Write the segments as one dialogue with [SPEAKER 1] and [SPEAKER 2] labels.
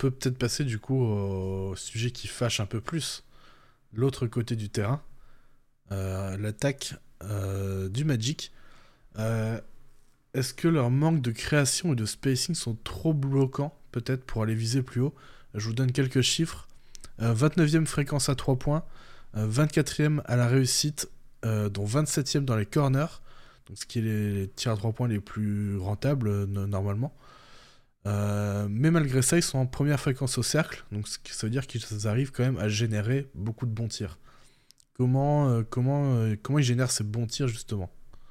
[SPEAKER 1] peut peut-être passer du coup au sujet qui fâche un peu plus. L'autre côté du terrain, l'attaque du Magic. Euh, Est-ce que leur manque de création et de spacing sont trop bloquants, peut-être, pour aller viser plus haut? Je vous donne quelques chiffres. 29e fréquence à 3 points, 24e à la réussite, dont 27e dans les corners, donc ce qui est les tirs à 3 points les plus rentables normalement. Mais malgré ça, ils sont en première fréquence au cercle, donc ça veut dire qu'ils arrivent quand même à générer beaucoup de bons tirs. Comment ils génèrent ces bons tirs justement?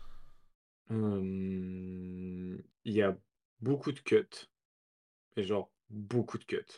[SPEAKER 2] Il y a beaucoup de cuts, et genre beaucoup de cuts.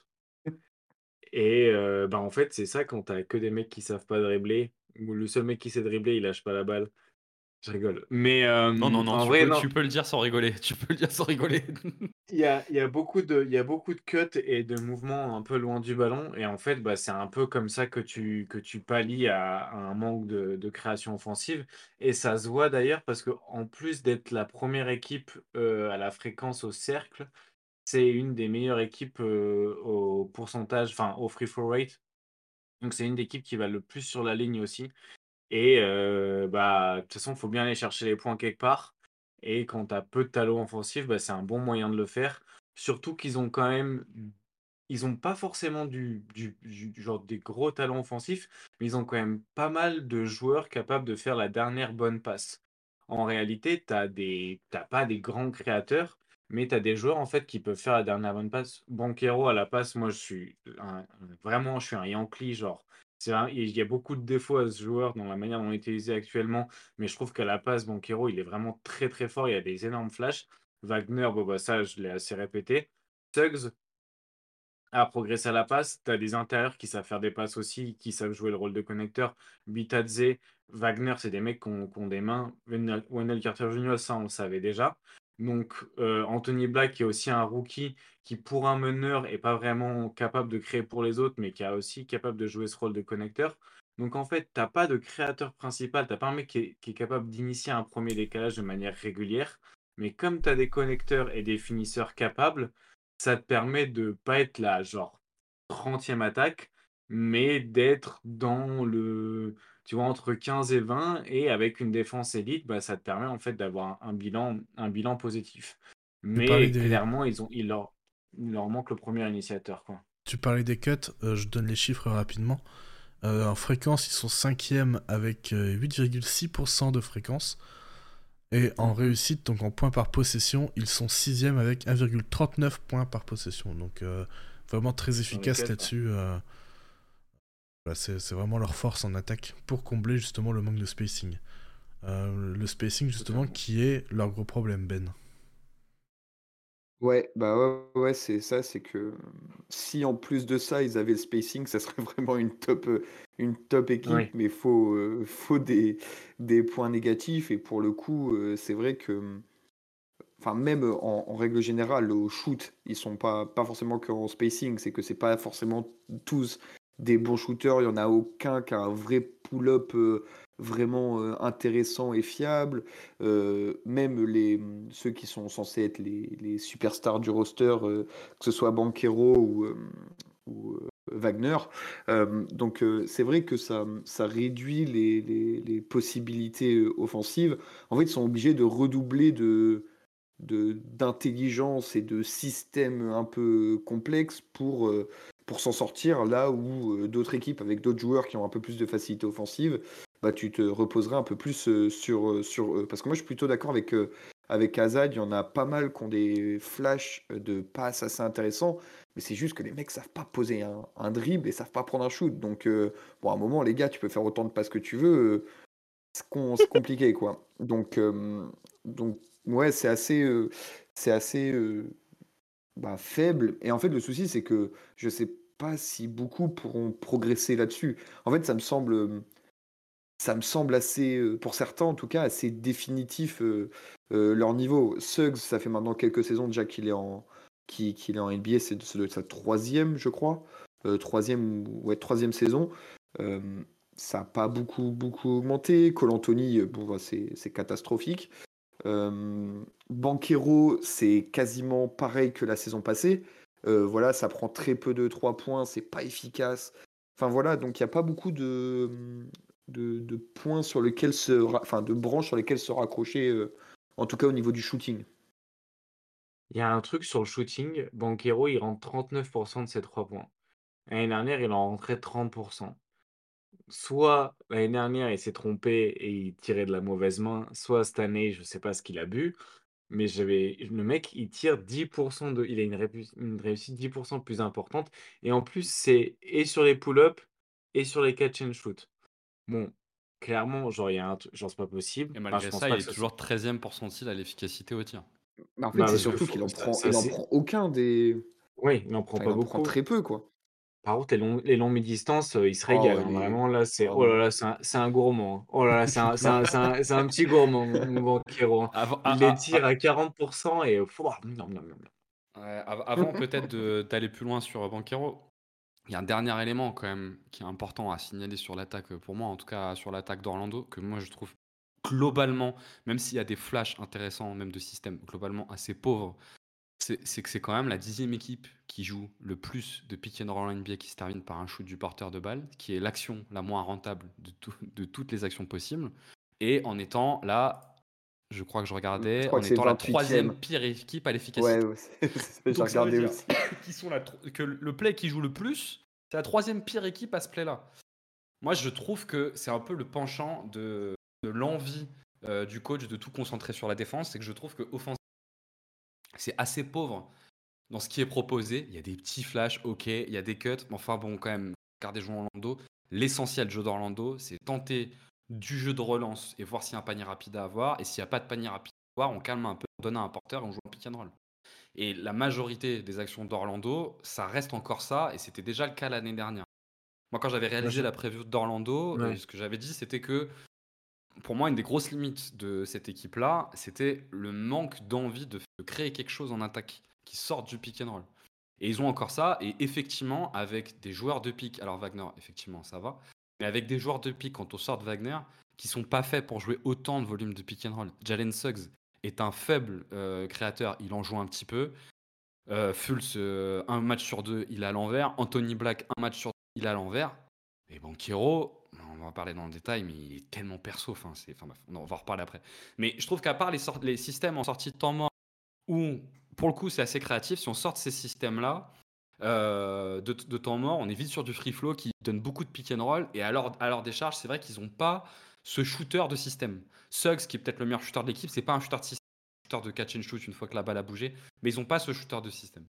[SPEAKER 2] Et bah, en fait, c'est ça quand t'as que des mecs qui savent pas dribbler, ou le seul mec qui sait dribbler, il lâche pas la balle. Je rigole. Mais
[SPEAKER 3] Non, non, non,
[SPEAKER 2] en vrai, non.
[SPEAKER 3] tu peux le dire sans rigoler. Tu peux le dire sans rigoler.
[SPEAKER 2] Il y a beaucoup de cuts et de mouvements un peu loin du ballon. Et en fait, bah, c'est un peu comme ça que tu pallies à un manque de création offensive. Et ça se voit d'ailleurs parce que en plus d'être la première équipe à la fréquence au cercle, c'est une des meilleures équipes au pourcentage, enfin au free throw rate. Donc c'est une des équipes qui va le plus sur la ligne aussi. Et bah, de toute façon, il faut bien aller chercher les points quelque part. Et quand tu as peu de talent offensif, bah, c'est un bon moyen de le faire. Surtout qu'ils ont quand même ils ont pas forcément du genre des gros talents offensifs, mais ils ont quand même pas mal de joueurs capables de faire la dernière bonne passe. En réalité, t'as pas des grands créateurs, mais tu as des joueurs en fait qui peuvent faire la dernière bonne passe. Banchero à la passe, moi vraiment je suis un Yankee genre. Il y a beaucoup de défauts à ce joueur dans la manière dont il est utilisé actuellement, mais je trouve qu'à la passe, Banchero, il est vraiment très très fort, il y a des énormes flashs. Wagner, bon bah ça je l'ai assez répété. Suggs, à progresser à la passe. Tu as des intérieurs qui savent faire des passes aussi, qui savent jouer le rôle de connecteur. Bitadze, Wagner, c'est des mecs qui ont des mains. Wendell Carter Jr., ça, on le savait déjà. Donc, Anthony Black, qui est aussi un rookie, qui pour un meneur est pas vraiment capable de créer pour les autres, mais qui est aussi capable de jouer ce rôle de connecteur. Donc, en fait, t'as pas de créateur principal, t'as pas un mec qui est capable d'initier un premier décalage de manière régulière. Mais comme tu as des connecteurs et des finisseurs capables, ça te permet de pas être là, genre 30e attaque, mais d'être dans tu vois, entre 15 et 20, et avec une défense élite, bah, ça te permet en fait d'avoir un bilan positif.
[SPEAKER 1] Tu parlais
[SPEAKER 2] Mais
[SPEAKER 1] des,
[SPEAKER 2] clairement, il leur manque le premier initiateur, quoi.
[SPEAKER 1] tu parlais des cuts, je donne les chiffres rapidement. En fréquence, ils sont 5e avec 8,6% de fréquence. Et en
[SPEAKER 2] Mhm.
[SPEAKER 1] réussite, donc en points par possession, ils sont 6e avec 1,39 points par possession. Donc vraiment très
[SPEAKER 2] Dans les
[SPEAKER 1] efficace
[SPEAKER 2] cuts, ouais.
[SPEAKER 1] là-dessus. Voilà, c'est vraiment leur force en attaque pour combler justement le manque de spacing. Le spacing justement
[SPEAKER 2] Totalement.
[SPEAKER 1] qui est leur gros problème, Ben.
[SPEAKER 4] Ouais, bah ouais, ouais, c'est ça, c'est que si en plus de ça, ils avaient le spacing, ça serait vraiment une top équipe,
[SPEAKER 2] Oui,
[SPEAKER 4] mais faut des points négatifs. Et pour le coup, c'est vrai que, enfin, même en règle générale, au shoot, ils sont pas forcément qu'en spacing, c'est que c'est pas forcément tous des bons shooters. Il y en a aucun qui a un vrai pull-up vraiment intéressant et fiable. Même ceux qui sont censés être les superstars du roster, que ce soit Banchero ou Wagner. Donc c'est vrai que ça réduit les possibilités offensives. En fait, ils sont obligés de redoubler d'intelligence et de système un peu complexe pour s'en sortir là où d'autres équipes avec d'autres joueurs qui ont un peu plus de facilité offensive, bah, tu te reposerais un peu plus sur eux. Parce que moi je suis plutôt d'accord avec Azad, il y en a pas mal qui ont des flashs de passes assez intéressants, mais c'est juste que les mecs savent pas poser un dribble et savent pas prendre un shoot. Donc bon, à un moment les gars, tu peux faire autant de passes que tu veux. C'est compliqué, quoi. Donc ouais, c'est assez bah, faible. Et en fait, le souci, c'est que je sais pas si beaucoup pourront progresser là-dessus. En fait, ça me semble assez, pour certains en tout cas, assez définitif leur niveau. Suggs, ça fait maintenant quelques saisons déjà qu'il est en NBA, ça doit être sa troisième, je crois. Troisième, ouais, troisième saison. Euh, Ça n'a pas beaucoup augmenté. Cole Anthony, bon, bah, c'est catastrophique. Banchero, c'est quasiment pareil que la saison passée. Voilà, ça prend très peu de 3 points, c'est pas efficace. Enfin voilà, donc il y a pas beaucoup de points sur lesquels de branches sur lesquelles se raccrocher, en tout cas au niveau du shooting.
[SPEAKER 2] Il y a un truc sur le shooting, Banchero, il rentre 39% de ses 3 points. L'année dernière, il en rentrait 30%. Soit l'année dernière, il s'est trompé et il tirait de la mauvaise main, soit cette année, je sais pas ce qu'il a bu, mais le mec, il tire 10% il a une réussite 10% plus importante et en plus, c'est et sur les pull-ups et sur les catch and shoot. Bon, clairement, genre, il y a genre, c'est pas possible.
[SPEAKER 3] Et
[SPEAKER 2] Enfin, je
[SPEAKER 3] malgré
[SPEAKER 2] pense
[SPEAKER 3] ça,
[SPEAKER 2] pas
[SPEAKER 3] il
[SPEAKER 2] que
[SPEAKER 3] est
[SPEAKER 2] ce soit
[SPEAKER 3] toujours 13e pourcentile à l'efficacité au tir.
[SPEAKER 4] Mais en fait,
[SPEAKER 2] bah,
[SPEAKER 4] c'est
[SPEAKER 2] parce que
[SPEAKER 4] surtout qu'il en
[SPEAKER 2] ça
[SPEAKER 4] prend
[SPEAKER 2] ça,
[SPEAKER 4] il en
[SPEAKER 2] c'est
[SPEAKER 4] prend aucun des
[SPEAKER 2] oui, il en prend
[SPEAKER 4] enfin, il
[SPEAKER 2] pas
[SPEAKER 4] en prend
[SPEAKER 2] beaucoup.
[SPEAKER 4] très peu, quoi.
[SPEAKER 2] Par contre, les longues mi-distances, il se
[SPEAKER 4] Oh
[SPEAKER 2] régale,
[SPEAKER 4] ouais,
[SPEAKER 2] hein. Vraiment là, c'est
[SPEAKER 4] oh
[SPEAKER 2] oh là
[SPEAKER 4] non.
[SPEAKER 2] là, c'est un gourmand, hein. Oh là là, c'est un petit gourmand, mon Banchero, hein.
[SPEAKER 3] Avant,
[SPEAKER 2] Il les tire à 40% et pouah, nom nom nom nom.
[SPEAKER 3] ouais, avant peut-être d'aller plus loin sur Banchero, il y a un dernier élément quand même qui est important à signaler sur l'attaque, pour moi en tout cas sur l'attaque d'Orlando, que moi je trouve globalement, même s'il y a des flashs intéressants, même de système, globalement assez pauvre, c'est que c'est quand même la 10e équipe qui joue le plus de pick and roll en NBA qui se termine par un shoot du porteur de balle, qui est l'action la moins rentable de toutes les actions possibles, et en étant là, je crois que je
[SPEAKER 4] Je
[SPEAKER 3] regardais,
[SPEAKER 4] crois
[SPEAKER 3] en
[SPEAKER 4] que c'est
[SPEAKER 3] étant la
[SPEAKER 4] 28e.
[SPEAKER 3] 3e pire équipe à
[SPEAKER 4] Ouais,
[SPEAKER 3] l'efficacité.
[SPEAKER 4] ouais, j'ai
[SPEAKER 3] Donc ça veut
[SPEAKER 4] regardé
[SPEAKER 3] dire
[SPEAKER 4] aussi.
[SPEAKER 3] qu'ils sont que le play qui joue le plus, c'est la 3e pire équipe à ce play-là. Moi, je trouve que c'est un peu le penchant de l'envie du coach de tout concentrer sur la défense. C'est que je trouve que offensivement, c'est assez pauvre dans ce qui est proposé. Il y a des petits flashs, ok, il y a des cuts, mais enfin bon, quand même, regardez jouer Orlando. L'essentiel jeu d'Orlando, c'est tenter du jeu de relance et voir s'il y a un panier rapide à avoir. Et s'il n'y a pas de panier rapide à avoir, on calme un peu, on donne à un porteur et on joue en pick and roll. Et la majorité des actions d'Orlando, ça reste encore ça, et c'était déjà le cas l'année dernière. Moi, quand j'avais
[SPEAKER 2] Moi,
[SPEAKER 3] réalisé
[SPEAKER 2] je
[SPEAKER 3] la preview d'Orlando,
[SPEAKER 2] ouais.
[SPEAKER 3] ce que j'avais dit, c'était que pour moi, une des grosses limites de cette équipe-là, c'était le manque d'envie de créer quelque chose en attaque qui sorte du pick and roll. Et ils ont encore ça, et effectivement, avec des joueurs de pick, alors Wagner, effectivement, ça va, mais avec des joueurs de pick, quand on sort de Wagner, qui sont pas faits pour jouer autant de volume de pick and roll. Jalen Suggs est un faible créateur, il en joue un petit peu. Fultz, un match sur deux, il est à l'envers. Anthony Black, un match sur deux, il est à l'envers. Et Banchero, on va en parler dans le détail, mais il est tellement perso. Enfin, bref, on va en reparler après. Mais je trouve qu'à part les systèmes en sortie de temps mort, où pour le coup c'est assez créatif, si on sort de ces systèmes-là, de temps mort, on est vite sur du free flow qui donne beaucoup de pick and roll. Et à leur décharge, c'est vrai qu'ils n'ont pas ce shooter de système. Suggs, qui est peut-être le meilleur shooter de l'équipe, c'est pas un shooter de système, shooter de catch and shoot une fois que la balle a bougé, mais ils n'ont pas ce shooter de système.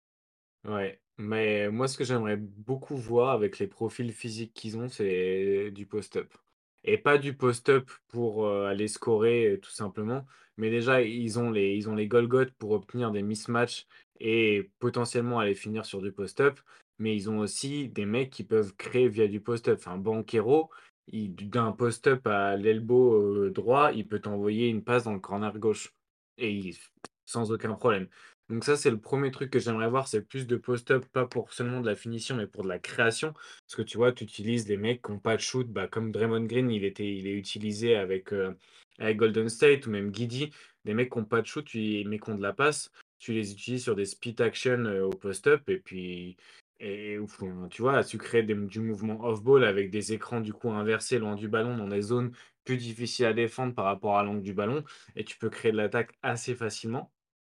[SPEAKER 2] Ouais, mais moi, ce que j'aimerais beaucoup voir avec les profils physiques qu'ils ont, c'est du post-up. Et pas du post-up pour aller scorer tout simplement, mais déjà, ils ont les Golgoth pour obtenir des mismatchs et potentiellement aller finir sur du post-up, mais ils ont aussi des mecs qui peuvent créer via du post-up. Enfin, Banchero, d'un post-up à l'elbow droit, il peut t'envoyer une passe dans le corner gauche. Et sans aucun problème. Donc ça, c'est le premier truc que j'aimerais voir, c'est plus de post-up, pas pour seulement de la finition, mais pour de la création. Parce que tu vois, tu utilises des mecs qui n'ont pas de shoot, bah, comme Draymond Green, il est utilisé avec Golden State, ou même Giddey, des mecs qui n'ont pas de shoot, mais qui ont de la passe, tu les utilises sur des split action au post-up, et puis, enfin, tu vois, tu crées du mouvement off-ball avec des écrans du coup inversés loin du ballon dans des zones plus difficiles à défendre par rapport à l'angle du ballon, et tu peux créer de l'attaque assez facilement.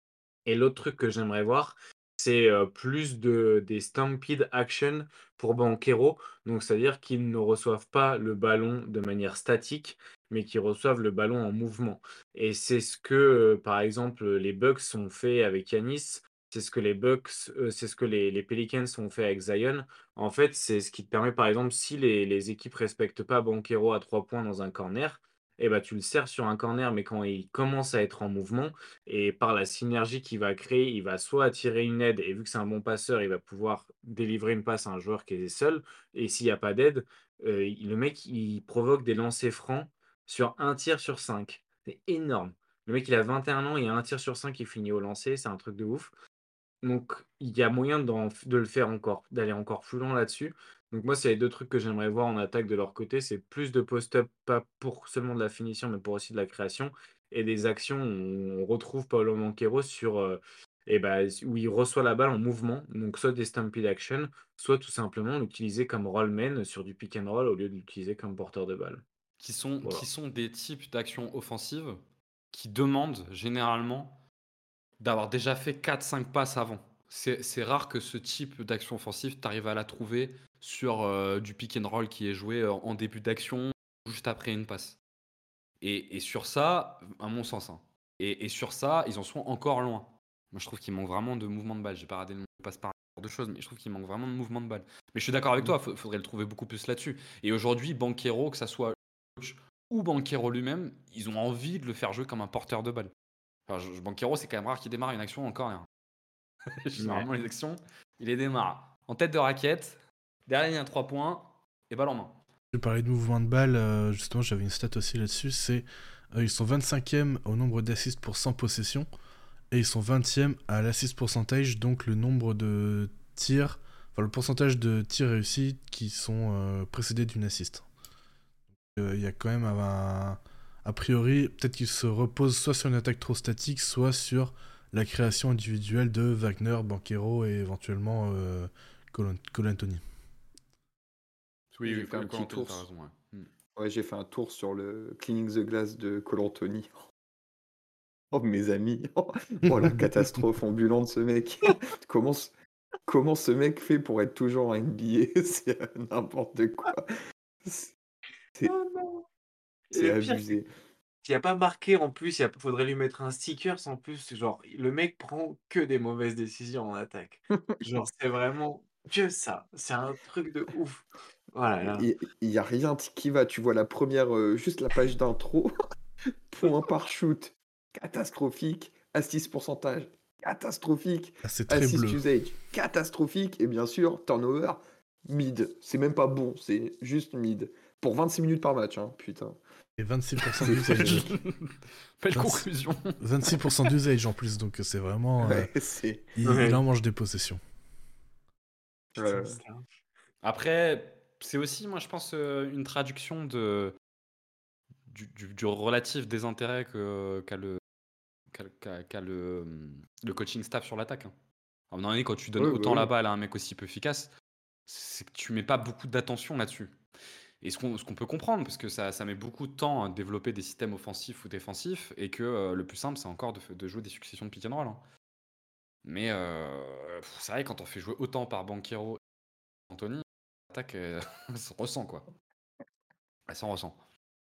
[SPEAKER 2] Et l'autre truc que j'aimerais voir, c'est plus des stampede action pour Banchero. Donc, c'est-à-dire qu'ils ne reçoivent pas le ballon de manière statique, mais qu'ils reçoivent le ballon en mouvement. Et c'est ce que, par exemple, les Bucks ont fait avec Yanis. C'est ce que c'est ce que les Pelicans ont fait avec Zion. En fait, c'est ce qui te permet, par exemple, si les équipes respectent pas Banchero à 3 points dans un corner, eh ben, tu le sers sur un corner, mais quand il commence à être en mouvement, et par la synergie qu'il va créer, il va soit attirer une aide, et vu que c'est un bon passeur, il va pouvoir délivrer une passe à un joueur qui est seul. Et s'il n'y a pas d'aide, le mec, il provoque des lancers francs sur un tir sur 5. C'est énorme. Le mec, il a 21 ans, il a un tir sur 5 qui finit au lancer, c'est un truc de ouf. Donc, il y a moyen de le faire encore, d'aller encore plus loin là-dessus. Donc, moi, c'est les deux trucs que j'aimerais voir en attaque de leur côté. C'est plus de post-up, pas pour seulement de la finition, mais pour aussi de la création. Et des actions où on retrouve Paolo Banchero sur et où il reçoit la balle en mouvement, donc soit des stampede action, soit tout simplement l'utiliser comme rollman sur du pick and roll au lieu de l'utiliser comme porteur de balle.
[SPEAKER 3] Qui
[SPEAKER 2] Voilà.
[SPEAKER 3] sont des types d'actions offensives qui demandent généralement d'avoir déjà fait 4-5 passes avant. C'est rare que ce type d'action offensive, tu arrives à la trouver sur du pick and roll qui est joué en début d'action, juste après une passe. Et sur ça, à mon sens, hein, et sur ça, ils en sont encore loin. Moi, je trouve qu'il manque vraiment de mouvement de balle. J'ai pas raté le passe par de choses, mais je trouve qu'il manque vraiment de mouvement de balle. Mais je suis d'accord avec toi, faudrait le trouver beaucoup plus là-dessus. Et aujourd'hui, Banchero, que ça soit coach ou Banchero lui-même, ils ont envie de le faire jouer comme un porteur de balle. Enfin, Banchero, c'est quand même rare qu'il démarre une action en corner. Généralement, les actions, il les démarre en tête de raquette, derrière il y a 3 points, et balle en main.
[SPEAKER 1] Je parlais de mouvement de balle, justement, j'avais une stat aussi là-dessus. Ils sont 25e au nombre d'assists pour 100 possessions et ils sont 20e à l'assist percentage, donc le nombre de tirs, enfin le pourcentage de tirs réussis qui sont précédés d'une assist. Il y a quand même a priori, peut-être qu'il se repose soit sur une attaque trop statique, soit sur la création individuelle de Wagner, Banchero et éventuellement Colantoni.
[SPEAKER 3] Oui,
[SPEAKER 4] J'ai fait un petit tour.
[SPEAKER 3] t'as raison, ouais.
[SPEAKER 4] Ouais, j'ai fait un tour sur le Cleaning the Glass de Colantoni. Oh, mes amis. Oh, la catastrophe ambulante, ce mec. Comment ce mec fait pour être toujours en NBA? C'est n'importe quoi. C'est
[SPEAKER 2] Oh non.
[SPEAKER 4] c'est
[SPEAKER 2] Le pire, c'est
[SPEAKER 4] abusé.
[SPEAKER 2] qu'il n'y a pas marqué en plus, faudrait lui mettre un sticker sans plus. Genre, le mec prend que des mauvaises décisions en attaque. Genre, c'est vraiment que ça. C'est un truc de ouf. Voilà. Là.
[SPEAKER 4] Il n'y a rien qui va. Tu vois la première, juste la page d'intro. Point par shoot. Catastrophique. Assist pourcentage. Catastrophique.
[SPEAKER 1] Ah, c'est très
[SPEAKER 4] Assist
[SPEAKER 1] bleu.
[SPEAKER 4] usage. Catastrophique. Et bien sûr, turnover. Mid. C'est même pas bon. C'est juste mid. Pour 26 minutes par match, hein. Putain.
[SPEAKER 1] Et 26% d'usage.
[SPEAKER 3] Belle
[SPEAKER 1] 26
[SPEAKER 3] conclusion.
[SPEAKER 1] 26% d'usage en plus, donc c'est vraiment.
[SPEAKER 4] Ouais, c'est.
[SPEAKER 1] Il en mange des possessions.
[SPEAKER 2] Putain, c'est un-
[SPEAKER 3] Après, c'est aussi, moi, je pense, une traduction du relatif désintérêt qu'a le coaching staff sur l'attaque. Hein. À un moment donné, quand tu donnes
[SPEAKER 4] Ouais,
[SPEAKER 3] autant
[SPEAKER 4] bah
[SPEAKER 3] la
[SPEAKER 4] oui.
[SPEAKER 3] balle à un mec aussi peu efficace, c'est que tu mets pas beaucoup d'attention là-dessus. Et ce qu'on peut comprendre, parce que ça met beaucoup de temps à développer des systèmes offensifs ou défensifs, et que le plus simple, c'est encore de jouer des successions de pick and roll. Hein. Mais c'est vrai, quand on fait jouer autant par Banchero et Anthony, l'attaque, ça se ressent, quoi. Elle s'en ressent.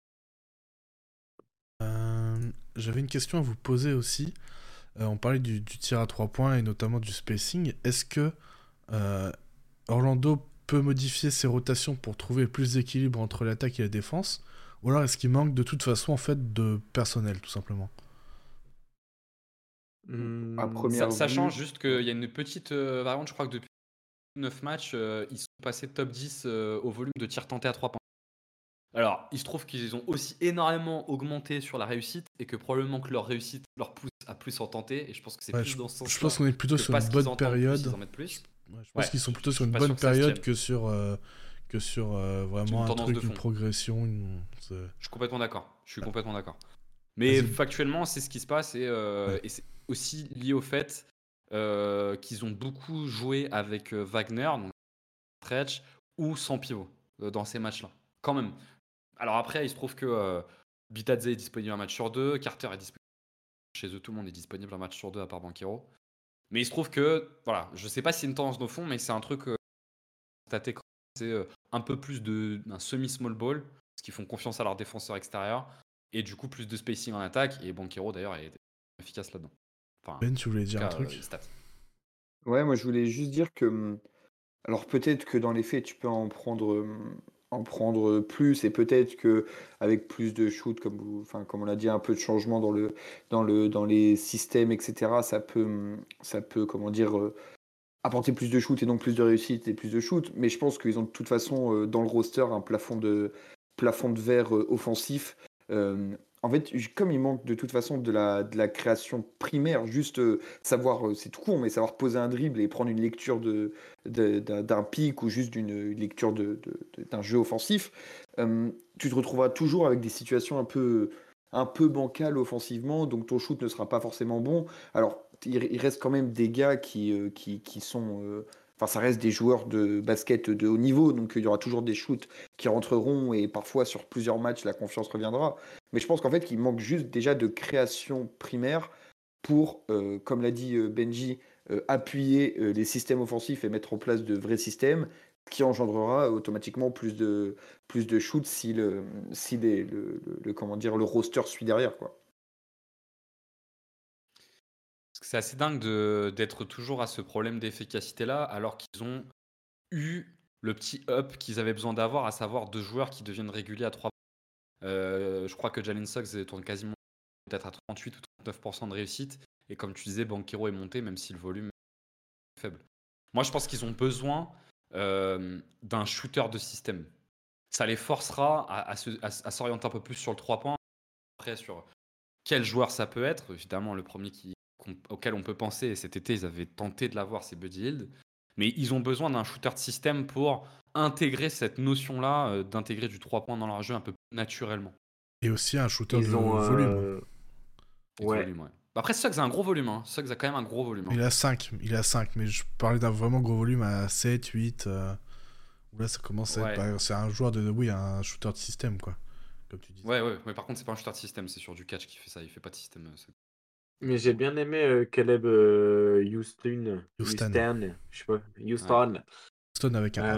[SPEAKER 1] J'avais une question à vous poser aussi. On parlait du tir à 3 points et notamment du spacing. Est-ce que Orlando peut modifier ses rotations pour trouver plus d'équilibre entre l'attaque et la défense? Ou alors est-ce qu'il manque de toute façon en fait de personnel tout simplement?
[SPEAKER 4] À
[SPEAKER 2] Hmm,
[SPEAKER 4] première
[SPEAKER 3] Sachant
[SPEAKER 4] vue.
[SPEAKER 3] juste qu'il y a une petite variante, je crois que depuis 9 matchs, ils sont passés top 10 au volume de tirs tentés à 3 points. Alors, il se trouve qu'ils ont aussi énormément augmenté sur la réussite et que probablement que leur réussite leur pousse à plus en tenter. Et je pense que c'est
[SPEAKER 1] Ouais,
[SPEAKER 3] plus dans ce
[SPEAKER 1] je pense
[SPEAKER 3] sens-là
[SPEAKER 1] qu'on est plutôt
[SPEAKER 3] que
[SPEAKER 1] sur une
[SPEAKER 3] parce qu'ils
[SPEAKER 1] bonne
[SPEAKER 3] en tentent plus,
[SPEAKER 1] période.
[SPEAKER 3] ils en mettent plus.
[SPEAKER 1] Je pense qu'ils sont plutôt sur une
[SPEAKER 3] pas
[SPEAKER 1] bonne
[SPEAKER 3] sûr que ça se
[SPEAKER 1] période
[SPEAKER 3] tienne.
[SPEAKER 1] que sur vraiment
[SPEAKER 3] Une
[SPEAKER 1] un
[SPEAKER 3] tendance
[SPEAKER 1] truc,
[SPEAKER 3] de
[SPEAKER 1] une
[SPEAKER 3] fond.
[SPEAKER 1] progression.
[SPEAKER 3] Je suis complètement d'accord. Mais
[SPEAKER 1] Vas-y.
[SPEAKER 3] factuellement, c'est ce qui se passe et c'est aussi lié au fait qu'ils ont beaucoup joué avec Wagner, donc stretch, ou sans pivot dans ces matchs-là. Quand même. Alors après, il se trouve que Bitadze est disponible un match sur 2, Carter est disponible chez eux, tout le monde est disponible un match sur 2 à part Banchero. Mais il se trouve que, voilà, je sais pas si c'est une tendance de fond, mais c'est un truc constaté quand c'est un peu plus d'un semi-small ball, parce qu'ils font confiance à leurs défenseurs extérieurs, et du coup plus de spacing en attaque, et Banchero d'ailleurs est efficace là-dedans. Enfin,
[SPEAKER 1] Ben, tu voulais dire
[SPEAKER 3] en
[SPEAKER 1] un
[SPEAKER 3] tout
[SPEAKER 1] truc?
[SPEAKER 3] cas, les stats.
[SPEAKER 4] Ouais, moi je voulais juste dire que. Alors peut-être que dans les faits, tu peux en prendre plus, et peut-être que avec plus de shoot, comme on l'a dit, un peu de changement dans les systèmes, etc., ça peut, comment dire, apporter plus de shoot et donc plus de réussite et plus de shoot. Mais je pense qu'ils ont de toute façon dans le roster un plafond de verre offensif. En fait, comme il manque de toute façon de la création primaire, juste savoir, c'est tout con, mais savoir poser un dribble et prendre une lecture d'un pic ou juste d'une lecture d'un jeu offensif, tu te retrouveras toujours avec des situations un peu bancales offensivement, donc ton shoot ne sera pas forcément bon. Alors, il reste quand même des gars qui sont. Enfin, ça reste des joueurs de basket de haut niveau, donc il y aura toujours des shoots qui rentreront et parfois sur plusieurs matchs, la confiance reviendra. Mais je pense qu'en fait, il manque juste déjà de création primaire pour, comme l'a dit Benji, appuyer les systèmes offensifs et mettre en place de vrais systèmes, qui engendrera automatiquement plus de shoots comment dire, le roster suit derrière, quoi.
[SPEAKER 3] Parce que c'est assez dingue d'être toujours à ce problème d'efficacité-là, alors qu'ils ont eu le petit up qu'ils avaient besoin d'avoir, à savoir 2 joueurs qui deviennent réguliers à 3 points. Je crois que Jalen Suggs tourne quasiment peut-être à 38 ou 39% de réussite. Et comme tu disais, Banchero est monté, même si le volume est faible. Moi, je pense qu'ils ont besoin d'un shooter de système. Ça les forcera à s'orienter un peu plus sur le 3 points. Après, sur quel joueur ça peut être, évidemment, le premier auquel on peut penser, et cet été, ils avaient tenté de l'avoir, c'est Buddy Hield. Mais ils ont besoin d'un shooter de système pour intégrer cette notion-là, d'intégrer du 3 points dans leur jeu un peu plus naturellement.
[SPEAKER 1] Et aussi un shooter de
[SPEAKER 2] Ils ont.
[SPEAKER 1] volume.
[SPEAKER 3] Et de
[SPEAKER 2] Ouais.
[SPEAKER 3] volume, ouais. Après, Suggs a un gros volume. Hein. Suggs a quand même un gros volume. Hein.
[SPEAKER 1] Il a 5, mais je parlais d'un vraiment gros volume à 7, 8. Où là, ça commence à
[SPEAKER 3] Ouais.
[SPEAKER 1] être. C'est un joueur de. Oui, un shooter de système, quoi. Comme tu dis.
[SPEAKER 3] Ouais. Par contre, c'est pas un shooter de système, c'est sur du catch qui fait ça. Il fait pas de système.
[SPEAKER 2] Mais j'ai bien aimé Caleb Houston. Je sais pas. Houston.
[SPEAKER 1] Stone avec un A.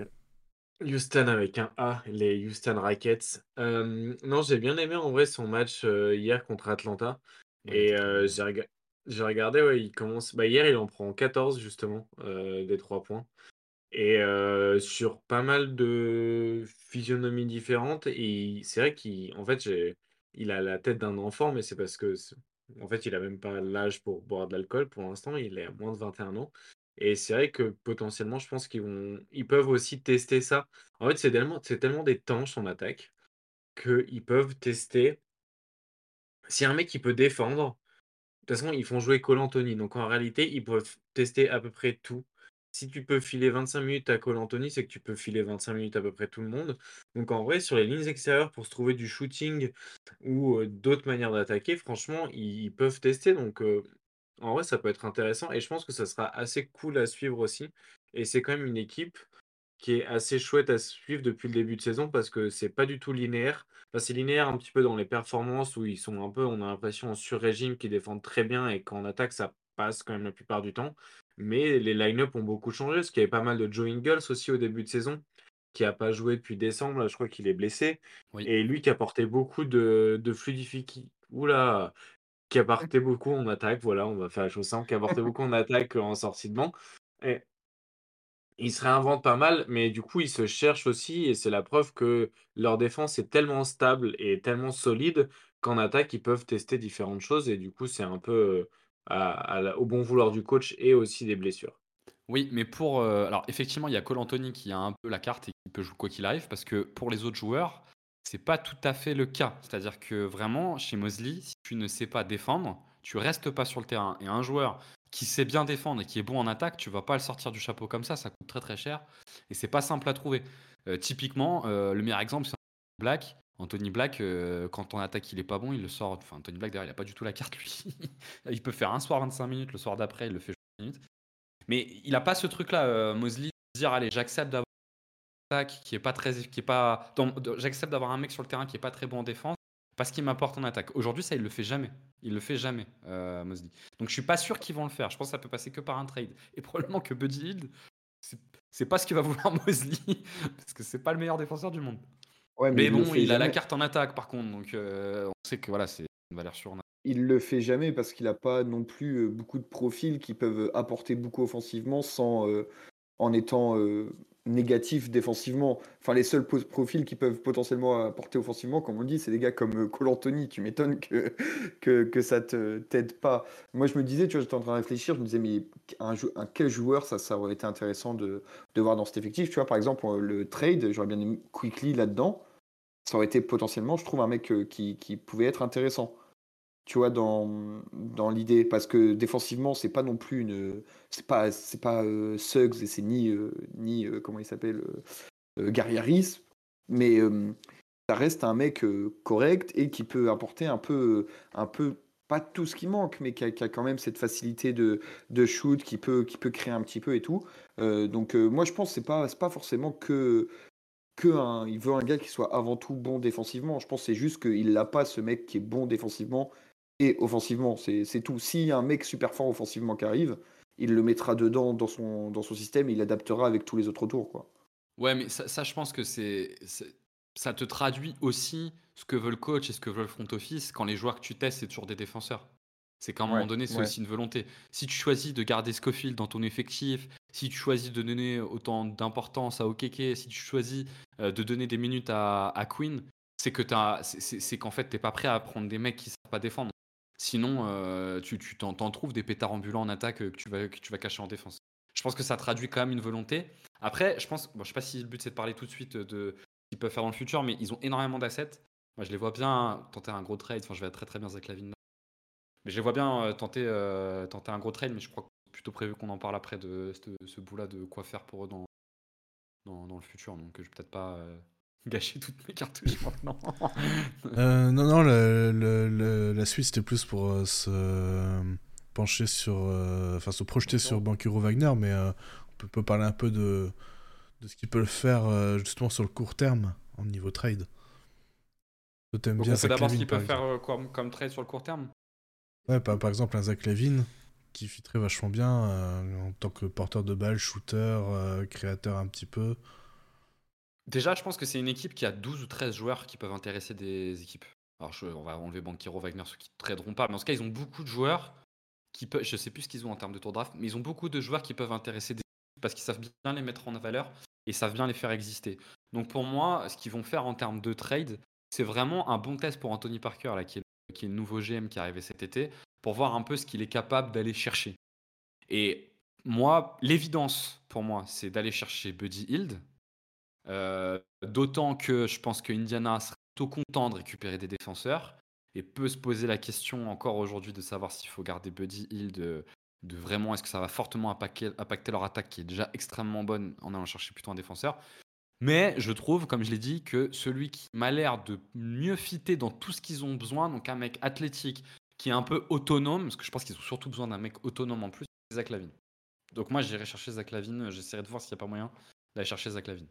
[SPEAKER 2] Houston avec un A, les Houston Rockets. Non, j'ai bien aimé en vrai son match hier contre Atlanta.
[SPEAKER 3] Ouais,
[SPEAKER 2] Et
[SPEAKER 3] il était très bon.
[SPEAKER 2] j'ai regardé, ouais, il commence. Bah, hier, il en prend 14 justement, des 3 points. Et sur pas mal de physionomies différentes. Et c'est vrai qu'en fait, il a la tête d'un enfant, mais c'est parce que, en fait, il a même pas l'âge pour boire de l'alcool pour l'instant. Il est à moins de 21 ans. Et c'est vrai que potentiellement, je pense ils peuvent aussi tester ça. En fait, c'est tellement des tanches en attaque qu'ils peuvent tester. Si un mec qui peut défendre, de toute façon, ils font jouer Cole Anthony. Donc en réalité, ils peuvent tester à peu près tout. Si tu peux filer 25 minutes à Cole Anthony, c'est que tu peux filer 25 minutes à peu près tout le monde. Donc en vrai, sur les lignes extérieures, pour se trouver du shooting ou d'autres manières d'attaquer, franchement, ils peuvent tester. Donc en vrai, ça peut être intéressant. Et je pense que ça sera assez cool à suivre aussi. Et c'est quand même une équipe qui est assez chouette à suivre depuis le début de saison parce que c'est pas du tout linéaire. Enfin, c'est linéaire un petit peu dans les performances où ils sont un peu, on a l'impression, en sur-régime, qu'ils défendent très bien et qu'en attaque, ça passe quand même la plupart du temps. Mais les line-up ont beaucoup changé parce qu'il y avait pas mal de Joe Ingles aussi au début de saison qui a pas joué depuis décembre. Là, je crois qu'il est blessé.
[SPEAKER 3] Oui.
[SPEAKER 2] Et lui qui apportait beaucoup de fluidification. Oula! Qui apportait beaucoup en attaque. Voilà, on va faire la chose simple. Qui apportait beaucoup en attaque en sortie de banc. Et ils se réinventent pas mal, mais du coup, ils se cherchent aussi, et c'est la preuve que leur défense est tellement stable et tellement solide qu'en attaque, ils peuvent tester différentes choses, et du coup, c'est un peu au bon vouloir du coach et aussi des blessures.
[SPEAKER 3] Oui, mais alors effectivement, il y a Cole Anthony qui a un peu la carte et qui peut jouer quoi qu'il arrive, parce que pour les autres joueurs, c'est pas tout à fait le cas. C'est-à-dire que vraiment, chez Mosley, si tu ne sais pas défendre, tu restes pas sur le terrain. Et un joueur qui sait bien défendre et qui est bon en attaque, tu vas pas le sortir du chapeau comme ça coûte très très cher et c'est pas simple à trouver. Typiquement, le meilleur exemple, c'est Black. Anthony Black, quand en attaque il est pas bon, il le sort. Enfin, Anthony Black, d'ailleurs, il a pas du tout la carte, lui. Il peut faire un soir 25 minutes, le soir d'après, il le fait 25 minutes. Mais il a pas ce truc-là, Mosley, de dire allez, j'accepte d'avoir un attaque qui est pas très, qui est pas, j'accepte d'avoir un mec sur le terrain qui est pas très bon en défense parce qu'il m'apporte en attaque. Aujourd'hui, ça, il le fait jamais. Il le fait jamais, Mosley. Donc, je suis pas sûr qu'ils vont le faire. Je pense que ça peut passer que par un trade. Et probablement que Buddy Hield, c'est pas ce que va vouloir Mosley parce que c'est pas le meilleur défenseur du monde.
[SPEAKER 4] Ouais, mais
[SPEAKER 3] Mais
[SPEAKER 4] il le
[SPEAKER 3] bon,
[SPEAKER 4] fait
[SPEAKER 3] il a la
[SPEAKER 4] jamais.
[SPEAKER 3] carte en attaque par contre, donc on sait que voilà, c'est une valeur sûre en attaque.
[SPEAKER 4] Il le fait jamais parce qu'il a pas non plus beaucoup de profils qui peuvent apporter beaucoup offensivement en étant négatif défensivement. Enfin, les seuls profils qui peuvent potentiellement apporter offensivement, comme on le dit, c'est des gars comme Cole Anthony. Tu m'étonnes que ça t'aide pas. Moi, je me disais, tu vois, j'étais en train de réfléchir, je me disais, mais quel joueur ça aurait été intéressant de voir dans cet effectif. Tu vois, par exemple, le trade, j'aurais bien aimé Quickly là-dedans. Ça aurait été potentiellement, je trouve, un mec qui pouvait être intéressant. Tu vois, dans l'idée, parce que défensivement, c'est pas non plus une. C'est pas Suggs et c'est ni comment il s'appelle, Gary Harris, mais ça reste un mec correct et qui peut apporter un peu pas tout ce qui manque, mais qui a quand même cette facilité de shoot, qui peut créer un petit peu et tout. Donc moi je pense que c'est pas forcément il veut un gars qui soit avant tout bon défensivement. Je pense que c'est juste qu'il n'a pas ce mec qui est bon défensivement et offensivement. C'est tout. S'il y a un mec super fort offensivement qui arrive, il le mettra dedans dans son système, il adaptera avec tous les autres autour, quoi.
[SPEAKER 3] Ouais, mais ça, je pense que ça te traduit aussi ce que veut le coach et ce que veut le front office quand les joueurs que tu testes, c'est toujours des défenseurs. C'est qu'à un moment
[SPEAKER 4] Ouais,
[SPEAKER 3] donné, c'est
[SPEAKER 4] ouais.
[SPEAKER 3] aussi une volonté. Si tu choisis de garder Scofield dans ton effectif, si tu choisis de donner autant d'importance à Okeke, si tu choisis de donner des minutes à Quinn, c'est que c'est qu'en fait, t'es pas prêt à prendre des mecs qui savent pas défendre. Sinon, tu t'en trouves des pétards ambulants en attaque que tu vas cacher en défense. Je pense que ça traduit quand même une volonté. Après, je pense, bon, je sais pas si le but c'est de parler tout de suite de ce qu'ils peuvent faire dans le futur, mais ils ont énormément d'assets. Moi, je les vois bien tenter un gros trade. Enfin, je vais très très bien Zach LaVine. Mais je les vois bien tenter un gros trade, mais je crois que c'est plutôt prévu qu'on en parle après de ce bout-là de quoi faire pour eux dans le futur. Donc, je vais peut-être pas gâcher toutes mes cartouches maintenant.
[SPEAKER 1] Non, la suite c'était plus pour se pencher sur. Enfin, se projeter sur Banchero Wagner, mais on peut parler un peu de ce qu'ils peuvent faire justement sur le court terme, en niveau trade. Toi, t'aimes
[SPEAKER 3] Donc,
[SPEAKER 1] bien
[SPEAKER 3] on fait
[SPEAKER 1] Zach
[SPEAKER 3] d'abord ce
[SPEAKER 1] LaVine,
[SPEAKER 3] qu'ils
[SPEAKER 1] par
[SPEAKER 3] peuvent
[SPEAKER 1] exemple.
[SPEAKER 3] faire comme trade sur le court terme.
[SPEAKER 1] Ouais, par exemple, un Zach LaVine qui fitterait vachement bien en tant que porteur de balle, shooter, créateur un petit peu.
[SPEAKER 3] Déjà, je pense que c'est une équipe qui a 12 ou 13 joueurs qui peuvent intéresser des équipes. Alors, on va enlever Banchero, Wagner, ceux qui ne traderont pas. Mais en tout cas, ils ont beaucoup de joueurs qui peuvent. Je sais plus ce qu'ils ont en termes de tour draft, mais ils ont beaucoup de joueurs qui peuvent intéresser des équipes parce qu'ils savent bien les mettre en valeur et savent bien les faire exister. Donc, pour moi, ce qu'ils vont faire en termes de trade, c'est vraiment un bon test pour Anthony Parker, là, qui est le nouveau GM qui est arrivé cet été, pour voir un peu ce qu'il est capable d'aller chercher. Et moi, l'évidence pour moi, c'est d'aller chercher Buddy Hield. D'autant que je pense que Indiana serait plutôt content de récupérer des défenseurs et peut se poser la question encore aujourd'hui de savoir s'il faut garder Buddy Hield, de vraiment est-ce que ça va fortement impacter leur attaque qui est déjà extrêmement bonne en allant chercher plutôt un défenseur. Mais je trouve, comme je l'ai dit, que celui qui m'a l'air de mieux fitter dans tout ce qu'ils ont besoin, donc un mec athlétique qui est un peu autonome, parce que je pense qu'ils ont surtout besoin d'un mec autonome en plus, c'est Zach LaVine. Donc moi j'irai chercher Zach LaVine, j'essaierai de voir s'il n'y a pas moyen d'aller chercher Zach LaVine.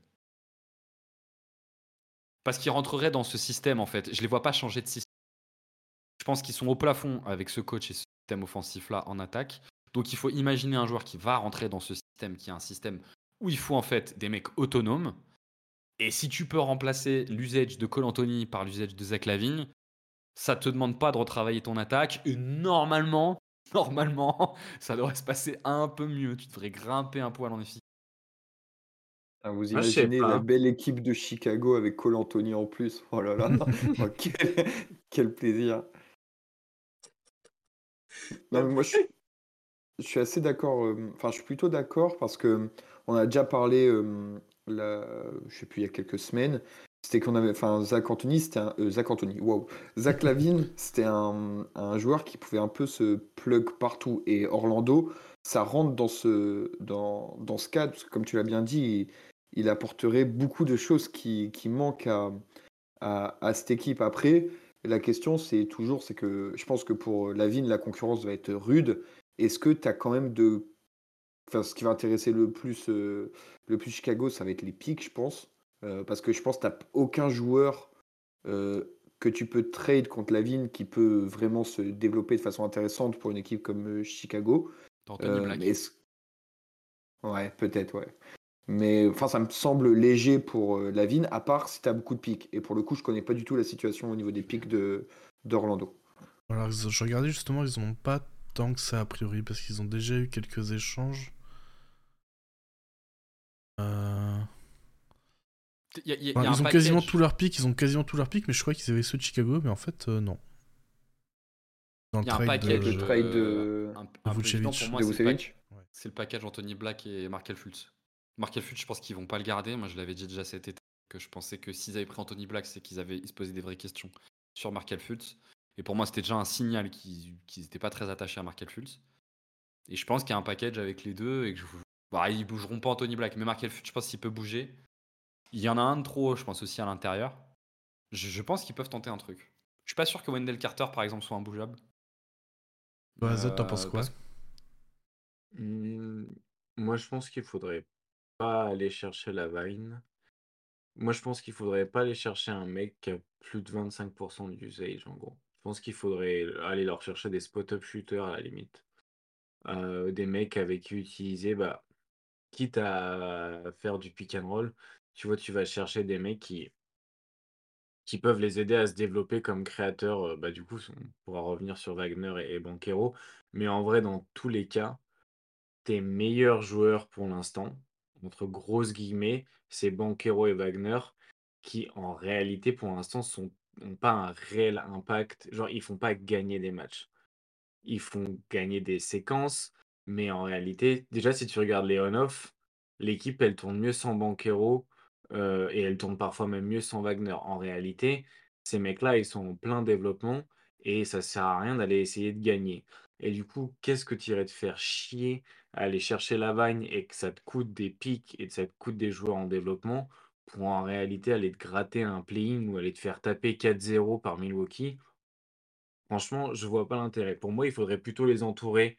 [SPEAKER 3] Parce qu'ils rentreraient dans ce système, en fait. Je les vois pas changer de système. Je pense qu'ils sont au plafond avec ce coach et ce système offensif-là en attaque. Donc il faut imaginer un joueur qui va rentrer dans ce système, qui est un système où il faut en fait des mecs autonomes. Et si tu peux remplacer l'usage de Cole Anthony par l'usage de Zach LaVine, ça te demande pas de retravailler ton attaque. Et normalement, ça devrait se passer un peu mieux. Tu devrais grimper un poil en efficacité.
[SPEAKER 4] Ah, vous
[SPEAKER 2] Ah, je sais
[SPEAKER 4] imaginez la
[SPEAKER 2] pas.
[SPEAKER 4] belle équipe de Chicago avec Cole Anthony en plus. Oh là là, oh, quel plaisir. Non, mais moi, je suis assez d'accord. Enfin, je suis plutôt d'accord parce que on a déjà parlé, je sais plus, il y a quelques semaines. C'était qu'on avait, enfin, Zach Anthony, Zach Anthony, wow. Zach LaVine, c'était un joueur qui pouvait un peu se plug partout. Et Orlando, ça rentre dans ce cadre, parce que comme tu l'as bien dit, il apporterait beaucoup de choses qui manquent à cette équipe. Après, la question, c'est que je pense que pour LaVine, la concurrence va être rude. Est-ce que tu as quand même Enfin, ce qui va intéresser le plus Chicago, ça va être les picks, je pense. Parce que je pense que tu n'as aucun joueur que tu peux trade contre LaVine qui peut vraiment se développer de façon intéressante pour une équipe comme Chicago.
[SPEAKER 3] T'as Anthony Black.
[SPEAKER 4] Mais ouais, peut-être, ouais. Mais enfin, ça me semble léger pour LaVine, à part si tu as beaucoup de pics. Et pour le coup, je connais pas du tout la situation au niveau des pics d'Orlando.
[SPEAKER 1] Alors, je regardais justement, ils n'ont pas tant que ça a priori, parce qu'ils ont déjà eu quelques échanges.
[SPEAKER 3] Il y a
[SPEAKER 1] Ils
[SPEAKER 3] un
[SPEAKER 1] ont quasiment
[SPEAKER 3] package.
[SPEAKER 1] tous leurs pics, mais je crois qu'ils avaient ceux de Chicago, mais en fait, non. Dans le
[SPEAKER 3] Il y a un
[SPEAKER 1] trade
[SPEAKER 3] package
[SPEAKER 4] Le trade
[SPEAKER 3] un peu évident
[SPEAKER 1] Vucevic.
[SPEAKER 3] pour moi,
[SPEAKER 4] de Vucevic.
[SPEAKER 1] Ouais.
[SPEAKER 3] c'est le package Anthony Black et Markel Fultz. Markel Fultz, je pense qu'ils vont pas le garder. Moi, je l'avais dit déjà cet été que je pensais que s'ils avaient pris Anthony Black, c'est qu'ils se posaient des vraies questions sur Markel Fultz. Et pour moi, c'était déjà un signal qu'ils n'étaient pas très attachés à Markel Fultz. Et je pense qu'il y a un package avec les deux et que ils bougeront pas Anthony Black, mais Markel Fultz, je pense qu'il peut bouger. Il y en a un de trop, je pense aussi à l'intérieur. Je pense qu'ils peuvent tenter un truc. Je suis pas sûr que Wendell Carter, par exemple, soit imbougeable.
[SPEAKER 1] Zod, t'en penses quoi?
[SPEAKER 3] Parce
[SPEAKER 2] Mmh, moi, je pense qu'il faudrait pas aller chercher la Vine. Moi, je pense qu'il faudrait pas aller chercher un mec qui a plus de 25% d'usage, en gros. Je pense qu'il faudrait aller leur chercher des spot-up shooters à la limite. Des mecs avec qui utiliser, bah, quitte à faire du pick and roll, tu vois, tu vas chercher des mecs qui peuvent les aider à se développer comme créateurs. Bah, du coup, on pourra revenir sur Wagner et Banchero. Mais en vrai, dans tous les cas, tes meilleurs joueurs pour l'instant, entre grosses guillemets, c'est Banchero et Wagner, qui en réalité, pour l'instant, n'ont pas un réel impact. Genre, ils font pas gagner des matchs. Ils font gagner des séquences, mais en réalité, déjà, si tu regardes les on-off, l'équipe, elle tourne mieux sans Banchero, et elle tourne parfois même mieux sans Wagner. En réalité, ces mecs-là, ils sont en plein développement et ça sert à rien d'aller essayer de gagner. Et du coup, qu'est-ce que tu irais te faire chier à aller chercher la Vagne et que ça te coûte des pics et que ça te coûte des joueurs en développement pour en réalité aller te gratter un play-in ou aller te faire taper 4-0 par Milwaukee? Franchement, je vois pas l'intérêt. Pour moi, il faudrait plutôt les entourer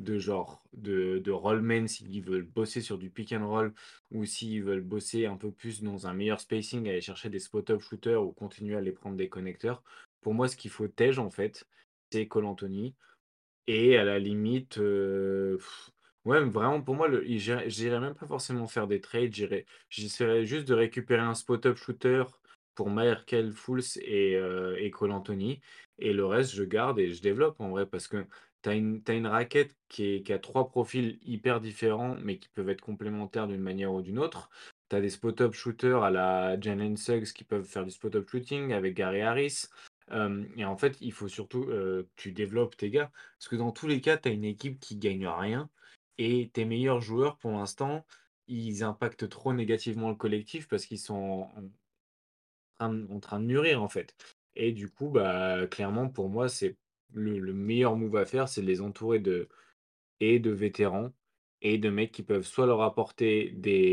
[SPEAKER 2] de rollmen s'ils veulent bosser sur du pick and roll ou s'ils veulent bosser un peu plus dans un meilleur spacing, aller chercher des spot-up shooters ou continuer à les prendre des connecteurs. Pour moi, ce qu'il faut tège en fait, c'est Cole Anthony. Et à la limite, ouais, vraiment pour moi, j'irais même pas forcément faire des trades, j'essaierais juste de récupérer un spot-up shooter pour Markelle Fultz et Cole Anthony et le reste, je garde et je développe en vrai parce que tu as une raquette qui a 3 profils hyper différents, mais qui peuvent être complémentaires d'une manière ou d'une autre. Tu as des spot-up shooters à la Jalen Suggs qui peuvent faire du spot-up shooting avec Gary Harris. Et en fait, il faut surtout, que tu développes tes gars. Parce que dans tous les cas, tu as une équipe qui gagne rien et tes meilleurs joueurs, pour l'instant, ils impactent trop négativement le collectif parce qu'ils sont en train de mûrir, en fait. Et du coup, bah, clairement, pour moi, c'est le meilleur move à faire, c'est de les entourer de vétérans et de mecs qui peuvent soit leur apporter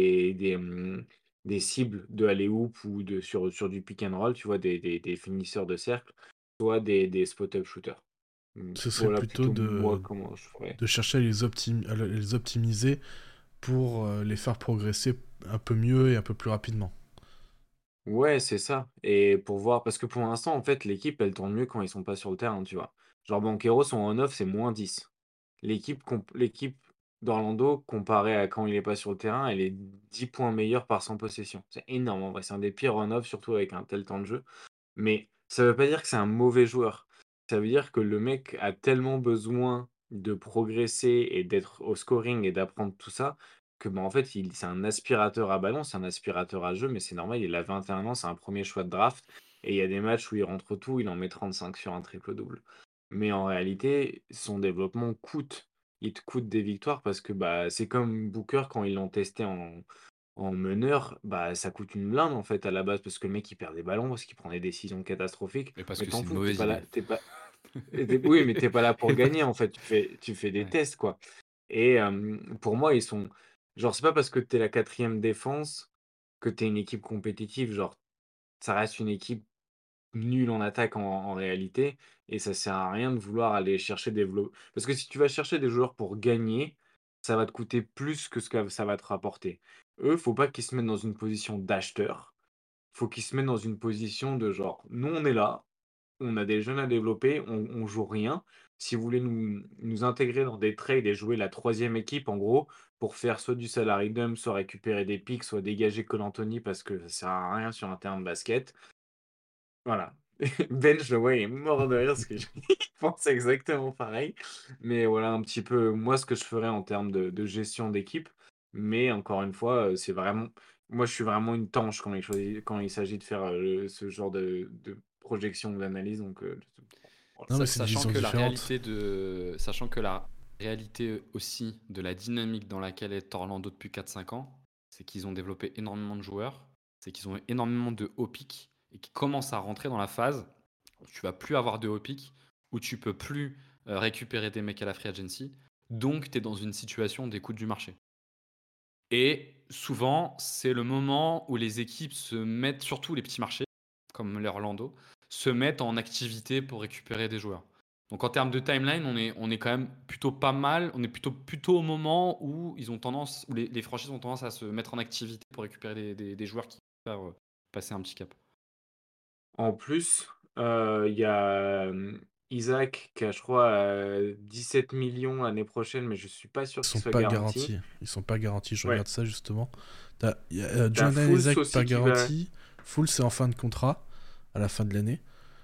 [SPEAKER 2] des cibles de alley-oop ou sur du pick and roll, tu vois, des finisseurs de cercle, soit des spot-up shooters.
[SPEAKER 1] Ce serait
[SPEAKER 2] Voilà
[SPEAKER 1] plutôt
[SPEAKER 2] plutôt moi comment je ferais.
[SPEAKER 1] de chercher à les optimiser pour les faire progresser un peu mieux et un peu plus rapidement.
[SPEAKER 2] Ouais, c'est ça. Et pour voir, parce que pour l'instant, en fait, l'équipe, elle tourne mieux quand ils sont pas sur le terrain, tu vois. Genre, Banchero, son on-off, c'est -10. L'équipe d'Orlando, comparée à quand il est pas sur le terrain, elle est 10 points meilleure par 100 possessions. C'est énorme, en vrai. C'est un des pires on-off, surtout avec un tel temps de jeu. Mais ça veut pas dire que c'est un mauvais joueur. Ça veut dire que le mec a tellement besoin de progresser et d'être au scoring et d'apprendre tout ça que bah, en fait, c'est un aspirateur à ballon, c'est un aspirateur à jeu, mais c'est normal, il a 21 ans, c'est un premier choix de draft. Et il y a des matchs où il rentre tout, il en met 35 sur un triple-double. Mais en réalité, son développement coûte. Il te coûte des victoires parce que bah, c'est comme Booker quand ils l'ont testé en meneur, bah, ça coûte une blinde en fait à la base parce que le mec il perd des ballons, parce qu'il prend des décisions catastrophiques.
[SPEAKER 3] Mais parce
[SPEAKER 2] Mais
[SPEAKER 3] que
[SPEAKER 2] t'en
[SPEAKER 3] c'est une
[SPEAKER 2] fous, t'es
[SPEAKER 3] mauvaise
[SPEAKER 2] pas là,
[SPEAKER 3] idée.
[SPEAKER 2] oui, mais t'es pas là pour
[SPEAKER 3] Et
[SPEAKER 2] gagner
[SPEAKER 3] parce-
[SPEAKER 2] en fait. Tu fais des
[SPEAKER 3] Ouais.
[SPEAKER 2] tests quoi. Et pour moi, ils sont genre c'est pas parce que t'es la quatrième défense que t'es une équipe compétitive. Genre ça reste une équipe nul en attaque en réalité, et ça sert à rien de vouloir aller chercher parce que si tu vas chercher des joueurs pour gagner, ça va te coûter plus que ce que ça va te rapporter. Eux, faut pas qu'ils se mettent dans une position d'acheteur, faut qu'ils se mettent dans une position de genre: «Nous, on est là, on a des jeunes à développer, on joue rien. Si vous voulez nous intégrer dans des trades et jouer la troisième équipe, en gros, pour faire soit du salary dump, soit récupérer des picks, soit dégager Cole Anthony parce que ça sert à rien sur un terrain de basket», voilà. Ben, je le vois, il est mort de rire parce que je pense exactement pareil. Mais voilà un petit peu moi ce que je ferais en termes de gestion d'équipe. Mais encore une fois, c'est vraiment moi je suis vraiment une tanche quand il s'agit de faire, ce genre de projection ou d'analyse donc voilà.
[SPEAKER 1] Non, mais c'est une
[SPEAKER 3] Sachant
[SPEAKER 1] vision
[SPEAKER 3] que
[SPEAKER 1] différente.
[SPEAKER 3] la réalité aussi de la dynamique dans laquelle est Orlando depuis 4-5 ans, c'est qu'ils ont développé énormément de joueurs, c'est qu'ils ont énormément de haut pick et qui commencent à rentrer dans la phase où tu vas plus avoir de haut pick, où tu peux plus récupérer des mecs à la free agency, donc tu es dans une situation d'écoute du marché. Et souvent, c'est le moment où les équipes se mettent, surtout les petits marchés, comme l'Orlando, se mettent en activité pour récupérer des joueurs. Donc en termes de timeline, on est quand même plutôt pas mal. On est plutôt au moment où où les franchises ont tendance à se mettre en activité pour récupérer des joueurs qui peuvent faire passer un petit cap.
[SPEAKER 2] En plus, il y a Isaac qui a, je crois, 17 millions l'année prochaine, mais je suis pas sûr
[SPEAKER 1] Ils
[SPEAKER 2] qu'il
[SPEAKER 1] sont
[SPEAKER 2] soit
[SPEAKER 1] pas
[SPEAKER 2] garanti.
[SPEAKER 1] garantis. Ils sont pas garantis. Je
[SPEAKER 2] Ouais.
[SPEAKER 1] regarde ça justement. Il y a
[SPEAKER 2] T'as
[SPEAKER 1] Jonathan
[SPEAKER 2] Fools
[SPEAKER 1] Isaac
[SPEAKER 2] aussi
[SPEAKER 1] pas
[SPEAKER 2] qui va.
[SPEAKER 1] garanti. Full c'est en fin de contrat à la fin de l'année.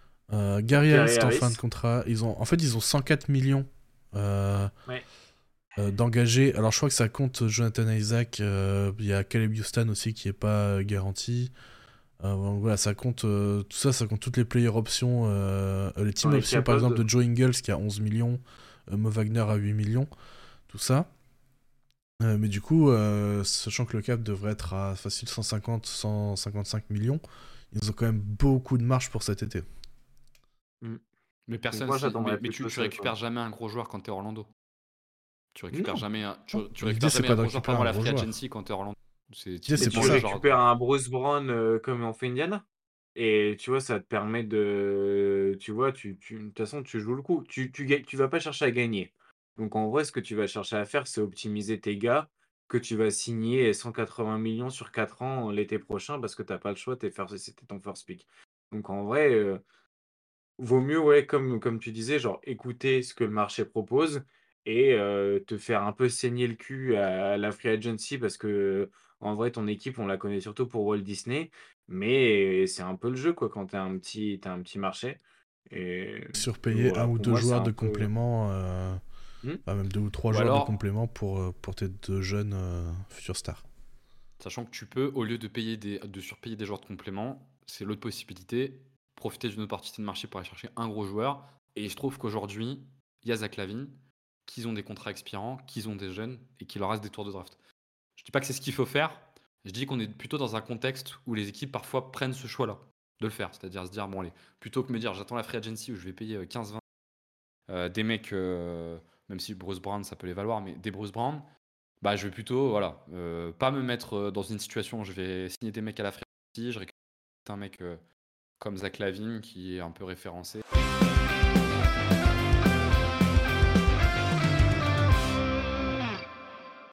[SPEAKER 1] Gary
[SPEAKER 2] Gary
[SPEAKER 1] Harris est en fin de
[SPEAKER 2] Harris.
[SPEAKER 1] contrat. En fait, ils ont 104 millions
[SPEAKER 2] Ouais.
[SPEAKER 1] d'engagés. Alors, je crois que ça compte Jonathan Isaac. Il y a Caleb Houston aussi qui est pas garanti. Donc voilà, ça compte tout ça, ça compte toutes les player options, les team
[SPEAKER 2] On est
[SPEAKER 1] options par
[SPEAKER 2] capable
[SPEAKER 1] exemple
[SPEAKER 2] de.
[SPEAKER 1] de Joe Ingles qui a 11 millions, Mo Wagner à 8 millions, tout ça. Mais du coup, sachant que le cap devrait être à facile 150, 155 millions, ils ont quand même beaucoup de marge pour cet été.
[SPEAKER 2] Mm.
[SPEAKER 3] Mais
[SPEAKER 2] Donc moi, j'attendrais
[SPEAKER 3] mais tu
[SPEAKER 2] plutôt ça,
[SPEAKER 3] récupères
[SPEAKER 2] quoi.
[SPEAKER 3] jamais un gros joueur quand t'es Orlando. Tu récupères
[SPEAKER 2] Non.
[SPEAKER 3] jamais tu
[SPEAKER 1] L'idée,
[SPEAKER 3] récupères
[SPEAKER 1] c'est
[SPEAKER 3] jamais
[SPEAKER 1] pas
[SPEAKER 3] un
[SPEAKER 1] de
[SPEAKER 3] gros joueur
[SPEAKER 1] récupérer
[SPEAKER 3] pendant
[SPEAKER 1] un
[SPEAKER 3] la
[SPEAKER 1] gros
[SPEAKER 3] free
[SPEAKER 1] joueur.
[SPEAKER 3] agency quand t'es Orlando. C'est
[SPEAKER 1] L'idée,
[SPEAKER 2] Mais
[SPEAKER 1] c'est
[SPEAKER 3] typiquement
[SPEAKER 1] pour
[SPEAKER 2] tu
[SPEAKER 3] le
[SPEAKER 1] ça.
[SPEAKER 3] genre.
[SPEAKER 2] récupères un Bruce Brown comme on fait Indiana. Et tu vois, ça te permet de. Tu vois, de toute façon, tu joues le coup. Tu vas pas chercher à gagner. Donc en vrai, ce que tu vas chercher à faire, c'est optimiser tes gars que tu vas signer 180 millions sur 4 ans l'été prochain parce que t'as pas le choix, c'était ton first pick. Donc en vrai, vaut mieux, ouais, comme tu disais, genre écouter ce que le marché propose et te faire un peu saigner le cul à la free agency parce que en vrai, ton équipe, on la connaît surtout pour Walt Disney, mais c'est un peu le jeu, quoi, quand t'as un petit marché. Et
[SPEAKER 1] Surpayer un
[SPEAKER 2] voilà,
[SPEAKER 1] ou
[SPEAKER 2] pour
[SPEAKER 1] deux
[SPEAKER 2] moi, c'est
[SPEAKER 1] joueurs
[SPEAKER 2] un
[SPEAKER 1] de
[SPEAKER 2] peu.
[SPEAKER 1] complément,
[SPEAKER 2] Hmm.
[SPEAKER 1] enfin, même 2 ou 3
[SPEAKER 3] Ou
[SPEAKER 1] joueurs de
[SPEAKER 3] alors,
[SPEAKER 1] complément pour tes 2 jeunes futurs stars.
[SPEAKER 3] sachant que tu peux, au lieu de surpayer des joueurs de complément, c'est l'autre possibilité, profiter d'une opportunité de marché pour aller chercher un gros joueur. Et je trouve qu'aujourd'hui, il y a Zach LaVine, qu'ils ont des contrats expirants, qu'ils ont des jeunes et qu'il leur reste des tours de draft. Je dis pas que c'est ce qu'il faut faire. Je dis qu'on est plutôt dans un contexte où les équipes parfois prennent ce choix-là de le faire. C'est-à-dire se dire, bon allez, plutôt que me dire j'attends la free agency où je vais payer 15-20 des mecs, même si Bruce Brown ça peut les valoir, mais des Bruce Brown, bah je vais plutôt, voilà, pas me mettre dans une situation où je vais signer des mecs à la free agency, je récupère un mec comme Zach LaVine qui est un peu référencé.